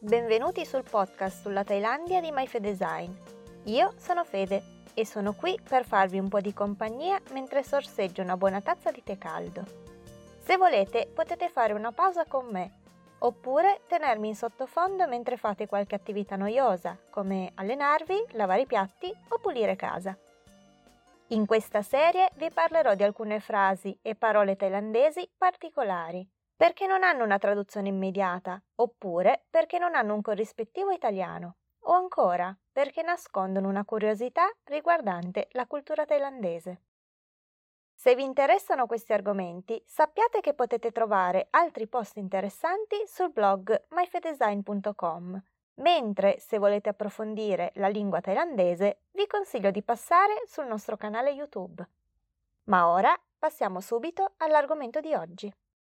Benvenuti sul podcast sulla Thailandia di MyFedesign. Io sono Fede e sono qui per farvi un po' di compagnia mentre sorseggio una buona tazza di tè caldo. Se volete potete fare una pausa con me, oppure tenermi in sottofondo mentre fate qualche attività noiosa, come allenarvi, lavare i piatti o pulire casa. In questa serie vi parlerò di alcune frasi e parole thailandesi particolari, perché non hanno una traduzione immediata, oppure perché non hanno un corrispettivo italiano, o ancora perché nascondono una curiosità riguardante la cultura thailandese. Se vi interessano questi argomenti, sappiate che potete trovare altri post interessanti sul blog myfedesign.com, mentre se volete approfondire la lingua thailandese vi consiglio di passare sul nostro canale YouTube. Ma ora passiamo subito all'argomento di oggi.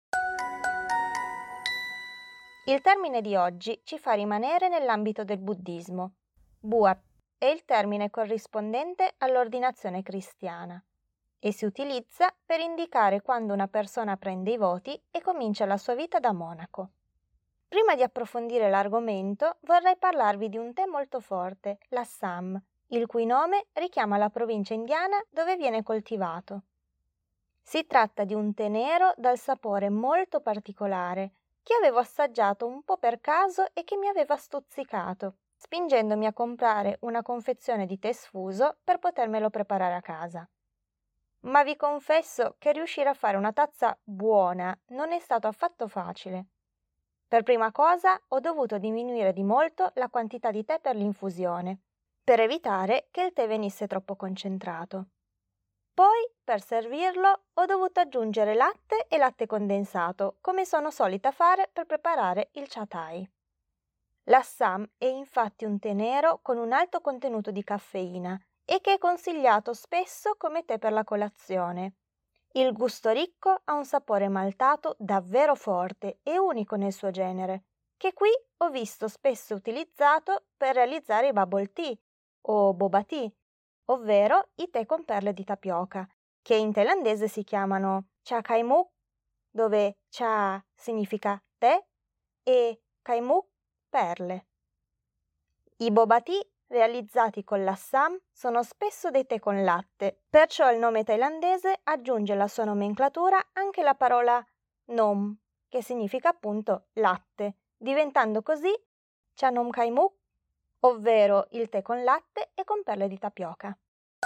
Il termine di oggi ci fa rimanere nell'ambito del buddismo. Buap è il termine corrispondente all'ordinazione cristiana e si utilizza per indicare quando una persona prende i voti e comincia la sua vita da monaco. Prima di approfondire l'argomento vorrei parlarvi di un tè molto forte, l'Assam, il cui nome richiama la provincia indiana dove viene coltivato. Si tratta di un tè nero dal sapore molto particolare, che avevo assaggiato un po' per caso e che mi aveva stuzzicato, spingendomi a comprare una confezione di tè sfuso per potermelo preparare a casa. Ma vi confesso che riuscire a fare una tazza buona non è stato affatto facile. Per prima cosa ho dovuto diminuire di molto la quantità di tè per l'infusione, per evitare che il tè venisse troppo concentrato. Poi, per servirlo, ho dovuto aggiungere latte e latte condensato, come sono solita fare per preparare il cha thai. L'Assam è infatti un tè nero con un alto contenuto di caffeina e che è consigliato spesso come tè per la colazione. Il gusto ricco ha un sapore maltato davvero forte e unico nel suo genere, che qui ho visto spesso utilizzato per realizzare i bubble tea o boba tea, ovvero i tè con perle di tapioca, che in thailandese si chiamano cha khai muk, dove cha significa tè e khai muk perle. I boba tea realizzati con l'Assam sono spesso dei tè con latte, perciò il nome thailandese aggiunge alla sua nomenclatura anche la parola nom, che significa appunto latte, diventando così cha nom khai muk, ovvero il tè con latte e con perle di tapioca.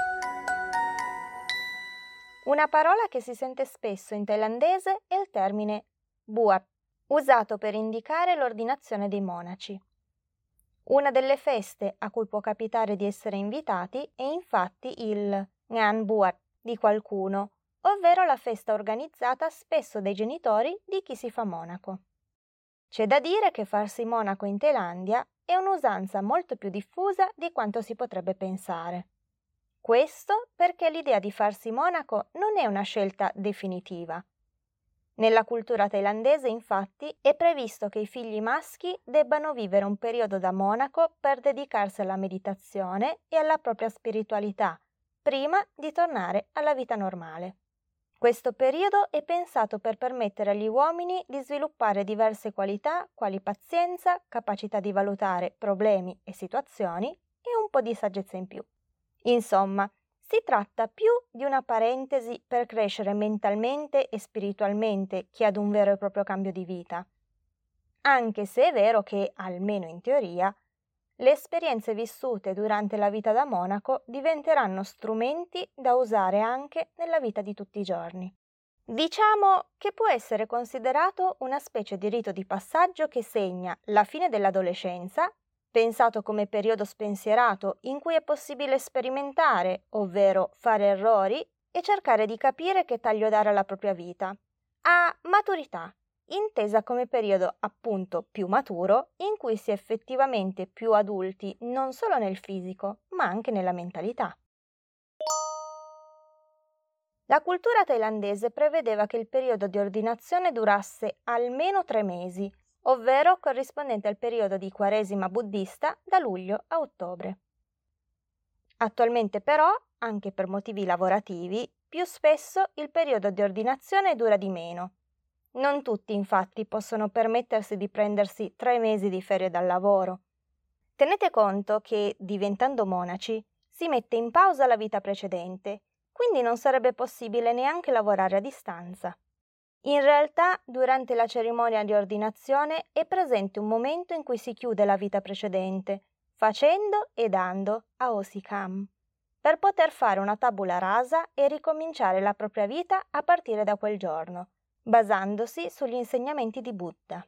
Una parola che si sente spesso in thailandese è il termine buap, usato per indicare l'ordinazione dei monaci. Una delle feste a cui può capitare di essere invitati è infatti il Ngan Buap di qualcuno, ovvero la festa organizzata spesso dai genitori di chi si fa monaco. C'è da dire che farsi monaco in Thailandia è un'usanza molto più diffusa di quanto si potrebbe pensare. Questo perché l'idea di farsi monaco non è una scelta definitiva. Nella cultura thailandese, infatti, è previsto che i figli maschi debbano vivere un periodo da monaco per dedicarsi alla meditazione e alla propria spiritualità, prima di tornare alla vita normale. Questo periodo è pensato per permettere agli uomini di sviluppare diverse qualità, quali pazienza, capacità di valutare problemi e situazioni e un po' di saggezza in più. Insomma, si tratta più di una parentesi per crescere mentalmente e spiritualmente che ad un vero e proprio cambio di vita. Anche se è vero che, almeno in teoria, le esperienze vissute durante la vita da monaco diventeranno strumenti da usare anche nella vita di tutti i giorni. Diciamo che può essere considerato una specie di rito di passaggio che segna la fine dell'adolescenza, pensato come periodo spensierato in cui è possibile sperimentare, ovvero fare errori e cercare di capire che taglio dare alla propria vita, a maturità, intesa come periodo appunto più maturo in cui si è effettivamente più adulti non solo nel fisico, ma anche nella mentalità. La cultura thailandese prevedeva che il periodo di ordinazione durasse almeno 3 mesi, ovvero corrispondente al periodo di Quaresima buddista da luglio a ottobre. Attualmente però, anche per motivi lavorativi, più spesso il periodo di ordinazione dura di meno. Non tutti, infatti, possono permettersi di prendersi 3 mesi di ferie dal lavoro. Tenete conto che, diventando monaci, si mette in pausa la vita precedente, quindi non sarebbe possibile neanche lavorare a distanza. In realtà, durante la cerimonia di ordinazione è presente un momento in cui si chiude la vita precedente, facendo e dando a Osikam, per poter fare una tabula rasa e ricominciare la propria vita a partire da quel giorno, basandosi sugli insegnamenti di Buddha.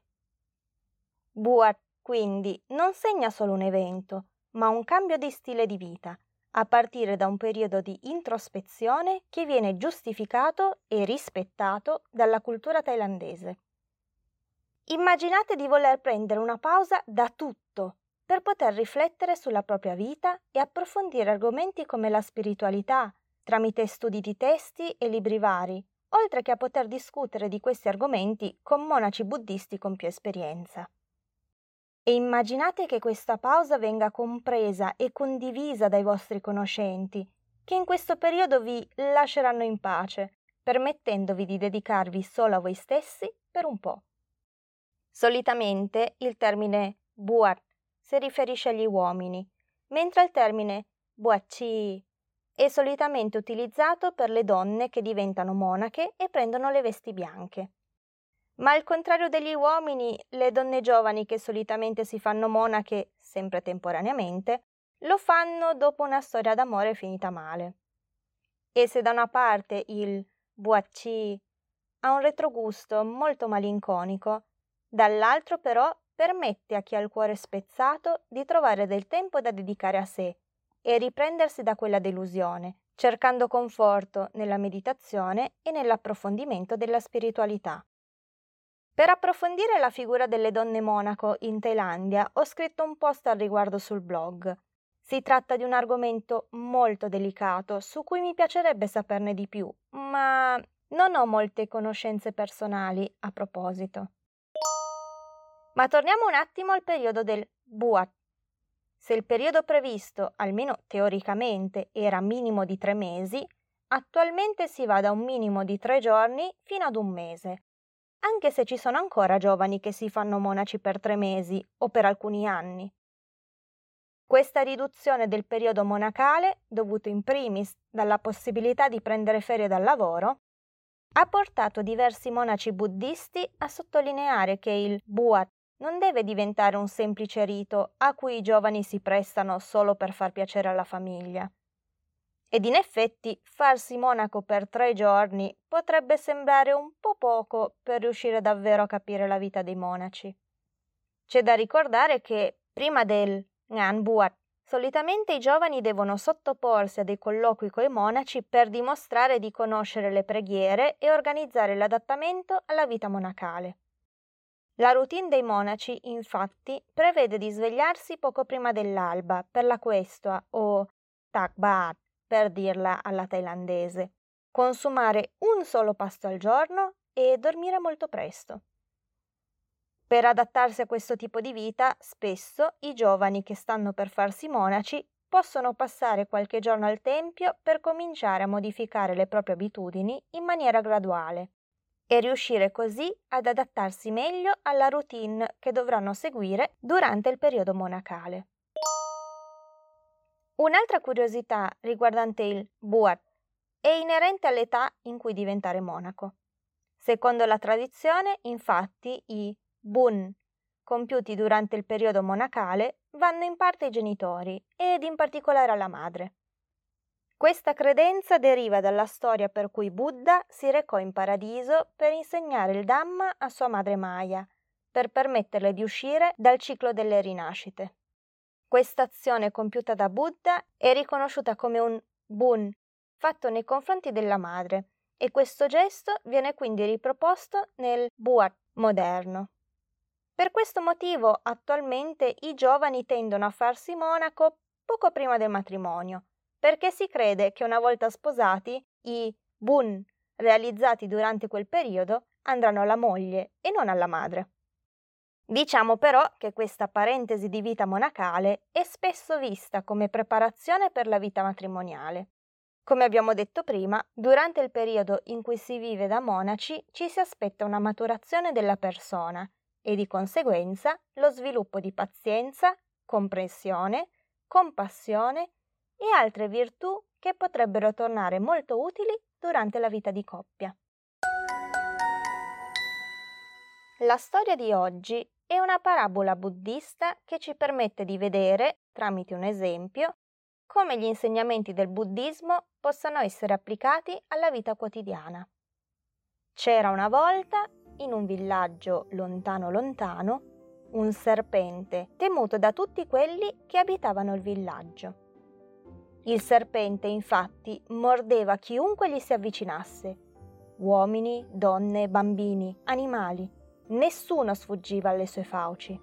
Buat, quindi, non segna solo un evento, ma un cambio di stile di vita, a partire da un periodo di introspezione che viene giustificato e rispettato dalla cultura thailandese. Immaginate di voler prendere una pausa da tutto per poter riflettere sulla propria vita e approfondire argomenti come la spiritualità, tramite studi di testi e libri vari, oltre che a poter discutere di questi argomenti con monaci buddisti con più esperienza. E immaginate che questa pausa venga compresa e condivisa dai vostri conoscenti, che in questo periodo vi lasceranno in pace, permettendovi di dedicarvi solo a voi stessi per un po'. Solitamente il termine buat si riferisce agli uomini, mentre il termine buacci è solitamente utilizzato per le donne che diventano monache e prendono le vesti bianche. Ma al contrario degli uomini, le donne giovani che solitamente si fanno monache, sempre temporaneamente, lo fanno dopo una storia d'amore finita male. E se da una parte il buacci ha un retrogusto molto malinconico, dall'altro però permette a chi ha il cuore spezzato di trovare del tempo da dedicare a sé e riprendersi da quella delusione, cercando conforto nella meditazione e nell'approfondimento della spiritualità. Per approfondire la figura delle donne monaco in Thailandia ho scritto un post al riguardo sul blog. Si tratta di un argomento molto delicato su cui mi piacerebbe saperne di più, ma non ho molte conoscenze personali a proposito. Ma torniamo un attimo al periodo del Buat. Se il periodo previsto, almeno teoricamente, era minimo di 3 mesi, attualmente si va da un minimo di 3 giorni fino ad un mese, anche se ci sono ancora giovani che si fanno monaci per 3 mesi o per alcuni anni. Questa riduzione del periodo monacale, dovuto in primis dalla possibilità di prendere ferie dal lavoro, ha portato diversi monaci buddisti a sottolineare che il Buat non deve diventare un semplice rito a cui i giovani si prestano solo per far piacere alla famiglia. Ed in effetti farsi monaco per 3 giorni potrebbe sembrare un po' poco per riuscire davvero a capire la vita dei monaci. C'è da ricordare che prima del Ngan Buat solitamente i giovani devono sottoporsi a dei colloqui coi monaci per dimostrare di conoscere le preghiere e organizzare l'adattamento alla vita monacale. La routine dei monaci, infatti, prevede di svegliarsi poco prima dell'alba per la questua o takbat, per dirla alla thailandese, consumare un solo pasto al giorno e dormire molto presto. Per adattarsi a questo tipo di vita, spesso i giovani che stanno per farsi monaci possono passare qualche giorno al tempio per cominciare a modificare le proprie abitudini in maniera graduale e riuscire così ad adattarsi meglio alla routine che dovranno seguire durante il periodo monacale. Un'altra curiosità riguardante il Buat è inerente all'età in cui diventare monaco. Secondo la tradizione, infatti, i Bun compiuti durante il periodo monacale vanno in parte ai genitori ed in particolare alla madre. Questa credenza deriva dalla storia per cui Buddha si recò in paradiso per insegnare il Dhamma a sua madre Maya, per permetterle di uscire dal ciclo delle rinascite. Questa azione compiuta da Buddha è riconosciuta come un Bun fatto nei confronti della madre e questo gesto viene quindi riproposto nel Buat moderno. Per questo motivo attualmente i giovani tendono a farsi monaco poco prima del matrimonio, perché si crede che una volta sposati i Bun realizzati durante quel periodo andranno alla moglie e non alla madre. Diciamo però che questa parentesi di vita monacale è spesso vista come preparazione per la vita matrimoniale. Come abbiamo detto prima, durante il periodo in cui si vive da monaci ci si aspetta una maturazione della persona e di conseguenza lo sviluppo di pazienza, comprensione, compassione e altre virtù che potrebbero tornare molto utili durante la vita di coppia. La storia di oggi è una parabola buddista che ci permette di vedere, tramite un esempio, come gli insegnamenti del buddismo possano essere applicati alla vita quotidiana. C'era una volta, in un villaggio lontano lontano, un serpente temuto da tutti quelli che abitavano il villaggio. Il serpente, infatti, mordeva chiunque gli si avvicinasse: uomini, donne, bambini, animali. Nessuno sfuggiva alle sue fauci.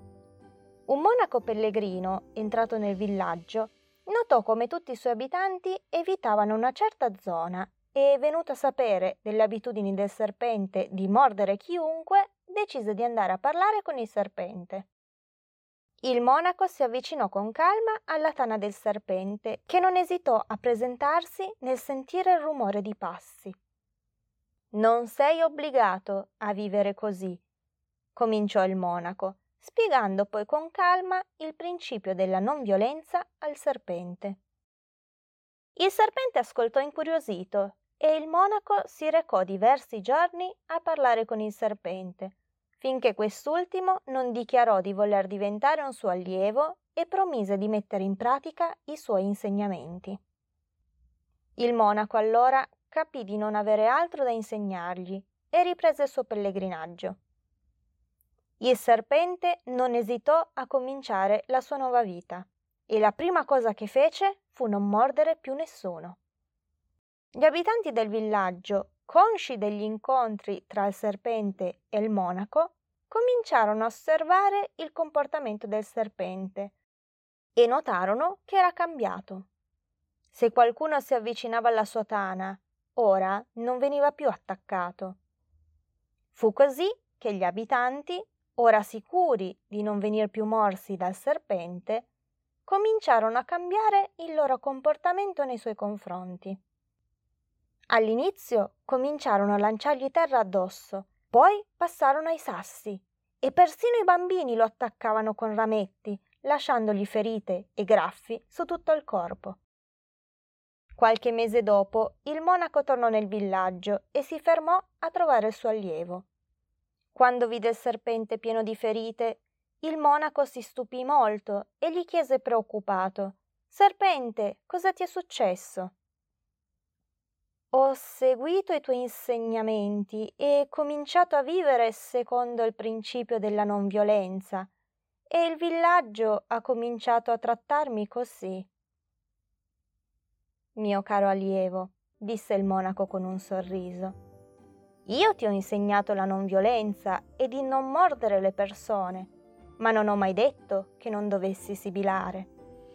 Un monaco pellegrino, entrato nel villaggio, notò come tutti i suoi abitanti evitavano una certa zona e, venuto a sapere delle abitudini del serpente di mordere chiunque, decise di andare a parlare con il serpente. Il monaco si avvicinò con calma alla tana del serpente, che non esitò a presentarsi nel sentire il rumore di passi. «Non sei obbligato a vivere così», cominciò il monaco, spiegando poi con calma il principio della non violenza al serpente. Il serpente ascoltò incuriosito e il monaco si recò diversi giorni a parlare con il serpente, finché quest'ultimo non dichiarò di voler diventare un suo allievo e promise di mettere in pratica i suoi insegnamenti. Il monaco allora capì di non avere altro da insegnargli e riprese il suo pellegrinaggio. Il serpente non esitò a cominciare la sua nuova vita e la prima cosa che fece fu non mordere più nessuno. Gli abitanti del villaggio, consci degli incontri tra il serpente e il monaco, cominciarono a osservare il comportamento del serpente e notarono che era cambiato. Se qualcuno si avvicinava alla sua tana, ora non veniva più attaccato. Fu così che gli abitanti, ora sicuri di non venir più morsi dal serpente, cominciarono a cambiare il loro comportamento nei suoi confronti. All'inizio cominciarono a lanciargli terra addosso, poi passarono ai sassi e persino i bambini lo attaccavano con rametti, lasciandogli ferite e graffi su tutto il corpo. Qualche mese dopo il monaco tornò nel villaggio e si fermò a trovare il suo allievo. Quando vide il serpente pieno di ferite, il monaco si stupì molto e gli chiese preoccupato: «Serpente, cosa ti è successo?» «Ho seguito i tuoi insegnamenti e cominciato a vivere secondo il principio della non violenza, e il villaggio ha cominciato a trattarmi così». «Mio caro allievo», disse il monaco con un sorriso, «io ti ho insegnato la non violenza e di non mordere le persone, ma non ho mai detto che non dovessi sibilare».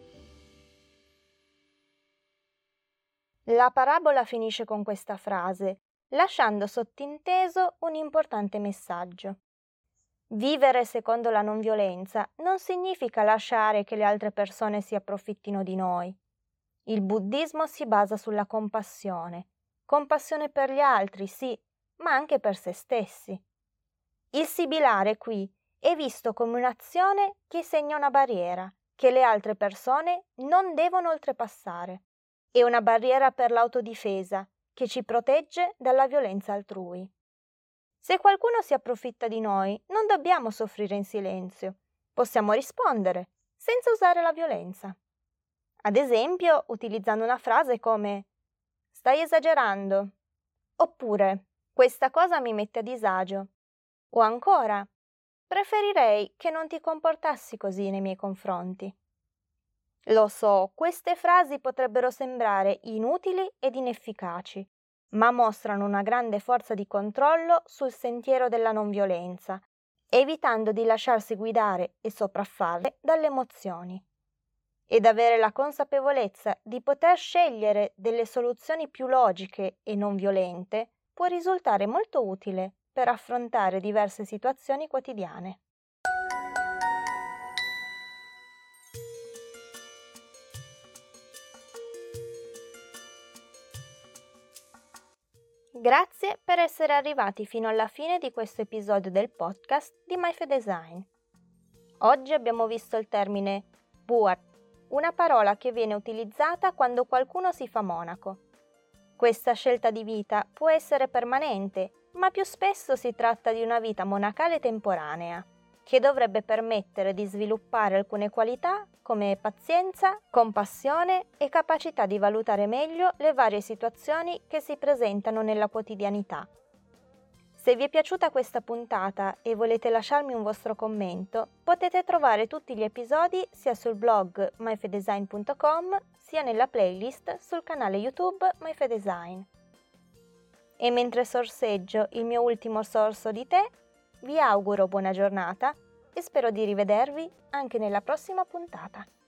La parabola finisce con questa frase, lasciando sottinteso un importante messaggio. Vivere secondo la non violenza non significa lasciare che le altre persone si approfittino di noi. Il buddismo si basa sulla compassione per gli altri, sì, ma anche per se stessi. Il sibilare qui è visto come un'azione che segna una barriera che le altre persone non devono oltrepassare. È una barriera per l'autodifesa che ci protegge dalla violenza altrui. Se qualcuno si approfitta di noi, non dobbiamo soffrire in silenzio. Possiamo rispondere senza usare la violenza. Ad esempio, utilizzando una frase come «Stai esagerando» oppure «Questa cosa mi mette a disagio» o ancora «Preferirei che non ti comportassi così nei miei confronti». Lo so, queste frasi potrebbero sembrare inutili ed inefficaci, ma mostrano una grande forza di controllo sul sentiero della non violenza, evitando di lasciarsi guidare e sopraffare dalle emozioni. Ed avere la consapevolezza di poter scegliere delle soluzioni più logiche e non violente può risultare molto utile per affrontare diverse situazioni quotidiane. Grazie per essere arrivati fino alla fine di questo episodio del podcast di MyFedesign. Oggi abbiamo visto il termine Buat, una parola che viene utilizzata quando qualcuno si fa monaco. Questa scelta di vita può essere permanente, ma più spesso si tratta di una vita monacale temporanea, che dovrebbe permettere di sviluppare alcune qualità come pazienza, compassione e capacità di valutare meglio le varie situazioni che si presentano nella quotidianità. Se vi è piaciuta questa puntata e volete lasciarmi un vostro commento, potete trovare tutti gli episodi sia sul blog myfedesign.com sia nella playlist sul canale YouTube MyFedesign. E mentre sorseggio il mio ultimo sorso di tè, vi auguro buona giornata e spero di rivedervi anche nella prossima puntata.